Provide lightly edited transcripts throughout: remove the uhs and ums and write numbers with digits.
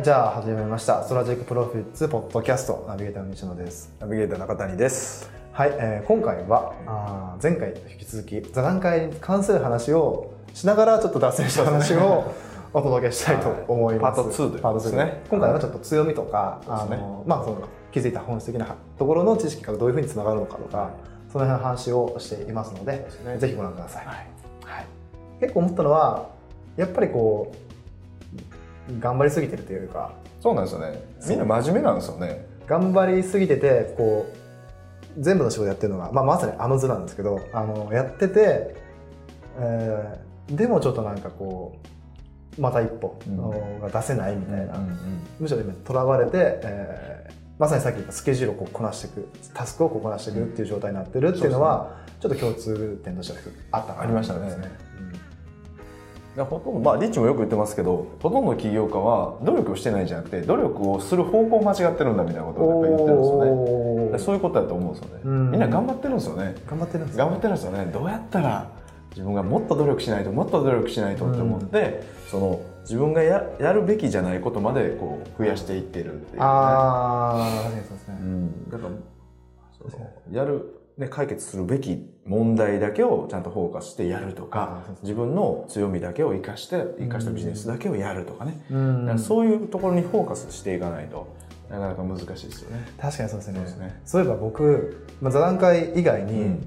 じゃあ始めました。ストラテジックプロフィッツポッドキャストナビゲーターの西野です。 ナビゲーター中谷です。 はい、今回は前回と引き続き座談会に関する話をしながらちょっと脱線した話をお届けしたいと思います。 パート2ということですね。 今回はちょっと強みとか、その気づいた本質的なところの知識からどういうふうにつながるのかとか、その辺の話をしていますので、ぜひご覧ください。はい、結構思ったのはやっぱりこう頑張りすぎてるというか、 そうなんですよね。みんな真面目なんですよね。 頑張りすぎててこう全部の仕事やってるのが、まさに図なんですけど、やってて、でもちょっとなんかこうまた一歩が出せないみたいな、むしろ今とらわれて、まさにさっき言ったスケジュールをこうこなしていく、タスクをこうこなしていくっていう状態になってるっていうのは、ちょっと共通点としてはありましたね。 ほとんどリッチもよく言ってますけど、ほとんどの起業家は努力をしてないんじゃなくて努力をする方向を間違ってるんだみたいなことをやっぱり言ってるんですよね。そういうことだと思うんですよね。みんな頑張ってるんですよね。頑張ってるんですよね。どうやったら自分がもっと努力しないとって思って、その自分がやるべきじゃないことまでこう増やしていってるっていうね。 確かにそうですね。 だからやる解決するべき問題だけをちゃんとフォーカスしてやるとか、自分の強みだけを生かしたビジネスだけをやるとかね、そういうところにフォーカスしていかないとなかなか難しいですよね。 確かにそうですね。そういえば僕、座談会以外に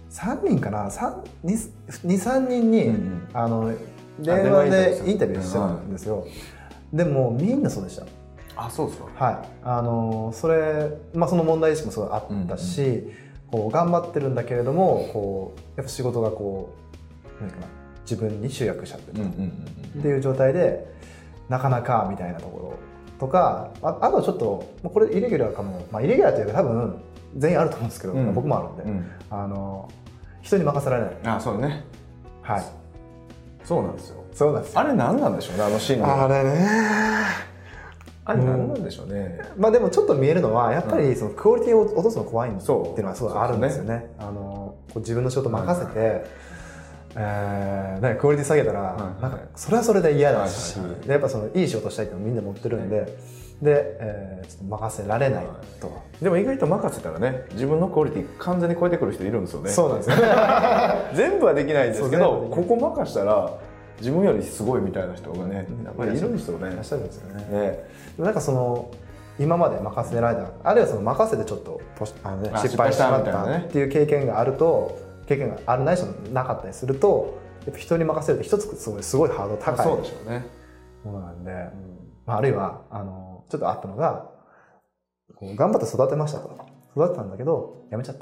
3人かな、2,3 人に電話でインタビューしてたんですよ。でもみんなそうでした。 あ、そうですか。 はい。それその問題意識もすごいあったし、こう頑張ってるんだけれども、こうやっぱ仕事がこう何かな、自分に集約しちゃってるっていう状態でなかなかみたいなところとか、あとはちょっとこれイレギュラーかも、イレギュラーというか多分全員あると思うんですけど、僕もあるんで、人に任せられない。 あ、そうね。はい。そうなんですよ。 そうなんですよ。 あれ何なんでしょうね、あの心理。 あれね。 あれ何なんでしょうね。 でもちょっと見えるのはやっぱりそのクオリティを落とすの怖いっていうのはすごいあるんですよね。こう自分の仕事任せてクオリティ下げたらなんかそれはそれで嫌だし、やっぱそのいい仕事したいってみんな持ってるんで、ちょっと任せられないと。 でも意外と任せたらね、自分のクオリティ完全に超えてくる人いるんですよね。 そうなんですよね。 全部はできないんですけど、ここ任したら自分よりすごいみたいな人がね、やっぱりいるんですよね。いらっしゃるんですよね。 でもなんかその今まで任せられた、あるいはその任せてちょっと失敗してしまったっていう経験があるないしなかったりすると、やっぱ人に任せるって一つすごいハードル高いものなんで、あるいはちょっとあったのが、頑張って育てましたと、育てたんだけどやめちゃった。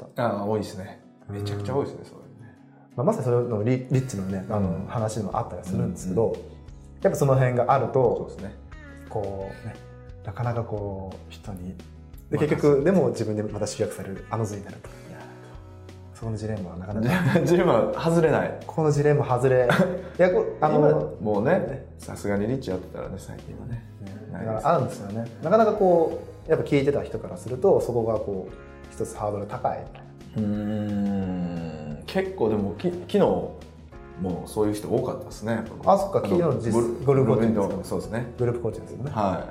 多いですね。めちゃくちゃ多いですね、それね。 まさにそれのリッチのね話にもあったりするんですけど、やっぱその辺があると、こうね、なかなかこう人にで結局でも自分でまた集約される図になると。そのジレンマはなかなかジレンマ外れない。 このジレンマ外れいやもうね、さすがにリッチやってたらね、最近はねだからあるんですよね。なかなかこうやっぱ聞いてた人からするとそこがこう一つハードル高い。 結構でも昨日もうそういう人多かったですね。 あ、そっか。昨日のグループコーチングそうですね。 グループコーチですよね。 はい。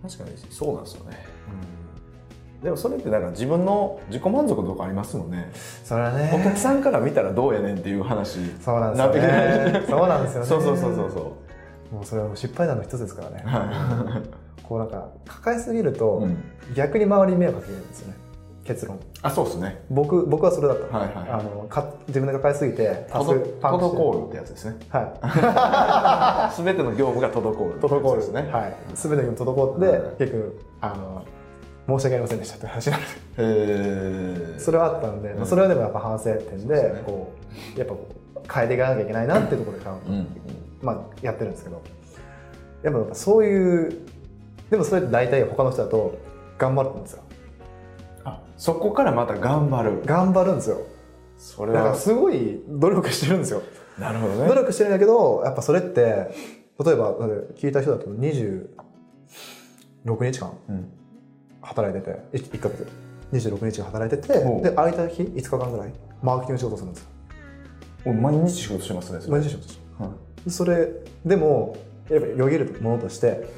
確かにそうなんですよね。でもそれってなんか自分の自己満足のとこありますもんね。 それはね。 お客さんから見たらどうやねんっていう話。 そうなんですよね。そうなんですよね。 そう。 もうそれは失敗談の一つですからね。こうなんか抱えすぎると逆に周りに迷惑かけるんですよね。結論。 あ、そうですね。 僕はそれだった。自分で抱えすぎて滞るってやつですね。 はい。 すべての業務が滞るですね。 はい。すべての業務滞って結局申し訳ありませんでしたって話になる。それはあったんで、それはでもやっぱ反省点でこうやっぱ変えていかなきゃいけないなっていうところでやってるんですけど、やっぱそういうでもそれって大体他の人だと頑張るんですよ。 そこからまた頑張るんですよ。それはだからすごい努力してるんですよ。 なるほどね。 努力してるんだけど、やっぱそれって例えば聞いた人だと26日間働いてて、1ヶ月26日間働いてて、で空いた日5日間ぐらいマーケティング仕事するんですよ。 毎日仕事しますね。 毎日仕事します。それでもやっぱよぎるものとして、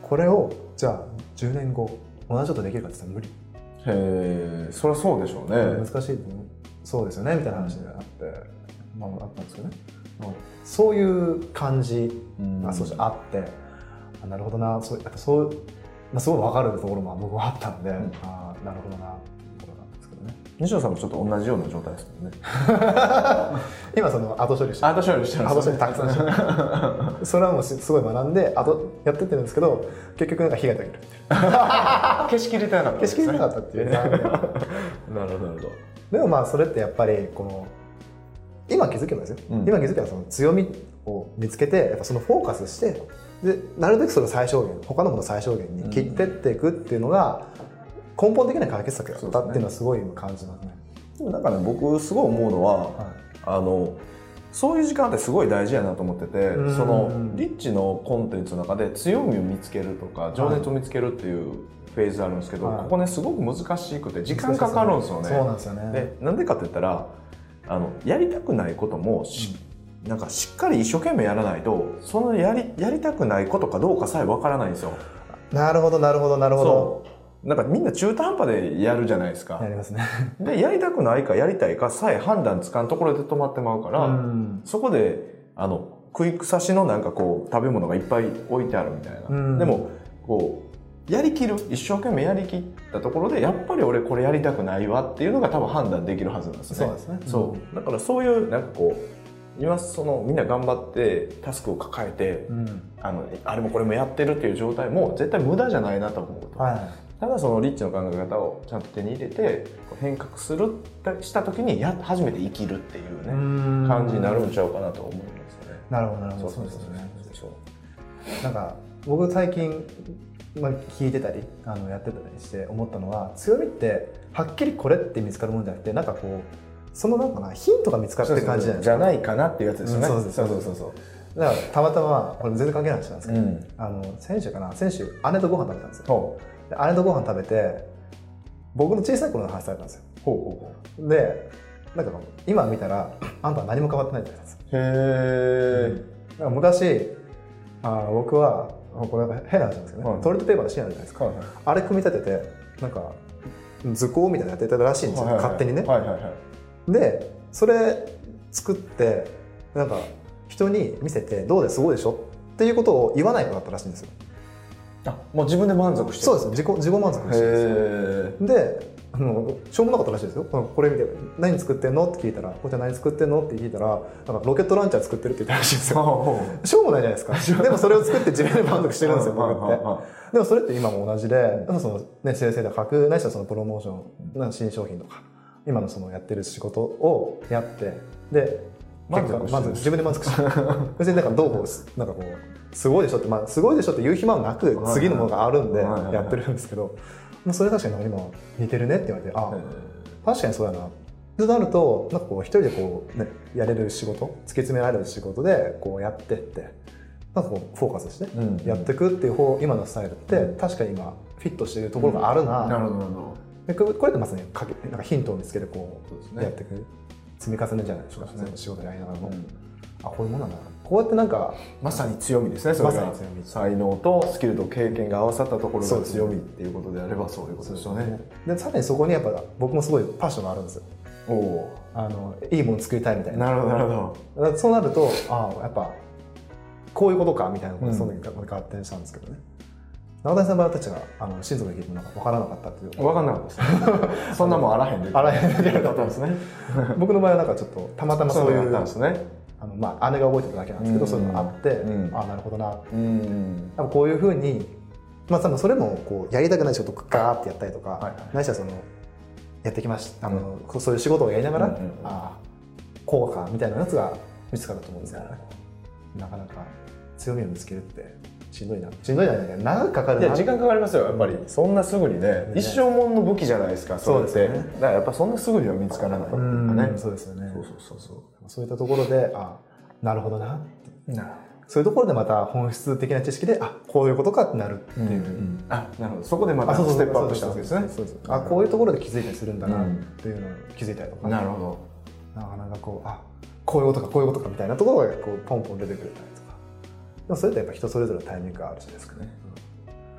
これをじゃあ10年後同じことできるかって言ったら無理。 へえ、そりゃそうでしょうね。 難しい、そうですよねみたいな話があって、まああったんですけどね。そういう感じが少しあって、なるほどな、そうすごい分かるところも僕はあったんで、なるほどなところなんですけどね。 西野さんもちょっと同じような状態ですもんね。 今その後処理してる。 後処理してるんですよね。 後処理たくさんしてる。それはもうすごい学んでやってってるんですけど、結局なんか被害だけるっていう。 消しきれてなかった。 消しきれなかったっていう。 なるほどなるほど。 でもまあそれってやっぱりこの今気づけばですよ、今気づけばその強みを見つけて、やっぱそのフォーカスして、でなるべくそれを最小限、他のものを最小限に切ってっていくっていうのが根本的な解決策だったっていうのはすごい感じますね。 でもなんかね、僕すごい思うのは、そういう時間ってすごい大事やなと思ってて、そのリッチのコンテンツの中で強みを見つけるとか情熱を見つけるっていうフェーズあるんですけど、ここねすごく難しくて時間かかるんですよね。 そうなんですよね。 でなんでかって言ったらやりたくないこともなんかしっかり一生懸命やらないと、そのやりたくないことかどうかさえわからないんですよ。 なるほどなるほどなるほど。 なんかみんな中途半端でやるじゃないですか。 やりますね。 でやりたくないかやりたいかさえ判断つかんところで止まってまうから、そこで食い草しのなんかこう食べ物がいっぱい置いてあるみたいな。でもこうやりきる、一生懸命やりきったところでやっぱり俺これやりたくないわっていうのが多分判断できるはずなんですね。 そうですね。 そうだからそういうなんかこう今みんな頑張ってタスクを抱えて、あれもこれもやってるっていう状態も絶対無駄じゃないなと思うと。ただそのリッチの考え方をちゃんと手に入れて変革した時に初めて生きるっていうね感じになるんちゃうかなと思いますよね。 なるほどなるほど。そうですね。なんか僕最近聞いてたりやってたりして思ったのは、強みってはっきりこれって見つかるもんじゃなくて、なんかこうそのなんかなヒントが見つかってる感じじゃないですか。 じゃないかなっていうやつですよね。 そうだからたまたまこれ全然関係ない話なんですけど、先週姉とご飯食べたんですよ。姉とご飯食べて僕の小さい頃の話されたんですよ。でなんか今見たらあんたは何も変わってないって言ったんですよ。 へえ。 だから昔僕はこれ変な話なんですけどね、トイレットペーパーの芯あるじゃないですか。あれ組み立ててなんか図工みたいなのやってたらしいんですよ、勝手にね。でそれ作ってなんか人に見せてどうですごいでしょっていうことを言わない子だったらしいんですよ。 もう自分で満足してる。 そうです、自己満足してるんですよ。でしょうもなかったらしいですよ。これ見て何作ってんのって聞いたら、これじゃ何作ってんのって聞いたら、なんかロケットランチャー作ってるって言ったらしいんですよ。しょうもないじゃないですか。でもそれを作って自分で満足してるんですよ、僕って。でもそれって今も同じで、そのね、生成で書くないしはそのプロモーション、新商品とか今のそのやってる仕事をやって、でまず自分で満足して別になんかどうこうなんかこうすごいでしょって、すごいでしょって言う暇もなく次のものがあるんでやってるんですけど、それ確かに今似てるねって言われて、確かにそうやなとなると、なんかこう一人でこう、ね、やれる仕事、突き詰められる仕事でこうやってってなんかこうフォーカスしてやっていくっていう今のスタイルって確かに今フィットしているところがあるな。なるほどなるほど。これってまさになんかヒントを見つけてこうやっていく積み重ねじゃないですか。仕事やりながらも、こういうものなんだな。こうやってなんかまさに強みですね。それがまさに強み。才能とスキルと経験が合わさったところが強みっていうことであればそういうことですよね。 でさらにそこにやっぱ僕もすごいパッションがあるんですよ。いいもの作りたいみたいな。 なるほどなるほど。そうなるとやっぱこういうことかみたいなことがその時発展したんですけどね。中谷さんの場合たちが親族が聞いてもなんか分からなかったっていう。 分からなかったですね。そんなもんあらへんで。 あらへんでだったんですね。 僕の場合はなんかちょっとたまたまそういうあったんですね。 姉が覚えてただけなんですけど、そういうのがあって、なるほどな。多分こういうふうに多分それもこうやりたくない仕事をガーってやったりとか、ないしはそのやってきましたそういう仕事をやりながらこうかみたいなやつが見つかると思うんですよね。なかなか強みを見つけるってしんどいな。しんどいじゃないけど長くかかるな。 いや時間かかりますよやっぱり。そんなすぐにね、一生もんの武器じゃないですか。そうですね。だからやっぱそんなすぐには見つからない。 そうですよね。そういったところでなるほどな。そういうところでまた本質的な知識でこういうことかってなるっていう。 なるほど。そこでまたステップアップしたわけですね。 こういうところで気づいたりするんだなっていうのを気づいたりとか。 なるほど。 なかなかこういうことかこういうことかみたいなところがこうポンポン出てくれたりとか。でもそれってやっぱ人それぞれのタイミングがあるじゃないですかね。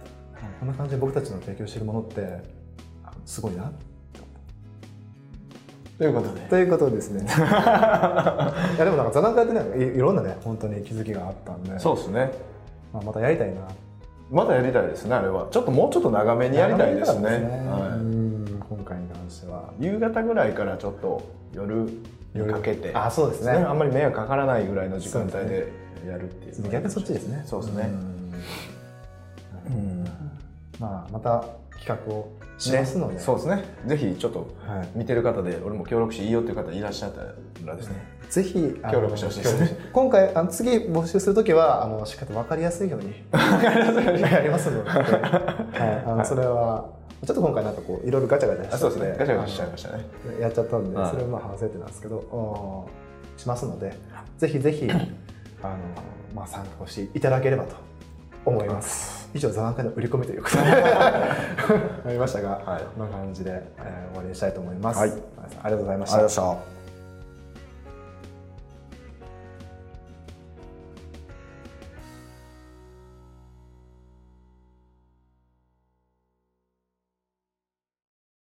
こんな感じで僕たちの提供しているものってすごいなということで。 ということですね。いやでもなんか座談会ってね、いろんなね本当に気づきがあったんで。 そうですね。 またやりたいな。 またやりたいですね、あれは。ちょっともうちょっと長めにやりたいですね。 今回に関しては。 夕方ぐらいからちょっと夜にかけて。 あ、そうですね。 あんまり迷惑かからないぐらいの時間帯でやるっていう。 逆にそっちですね。 そうですね。 また企画をしますので。 そうですね。ぜひちょっと見てる方で俺も協力していいよっていう方いらっしゃったらですね。 ぜひ協力してほしいですね。 今回次募集するときはしっかりと分かりやすいようにやりますので、それはちょっと今回なんかこういろいろガチャガチャして、 そうですね。ガチャガチャしちゃいましたね。 やっちゃったんで、それは反省点なんですけどしますので、ぜひぜひ参加をしていただければと思います。以上座談会の売り込みということでなりましたが、こんな感じで終わりにしたいと思います。ありがとうございました。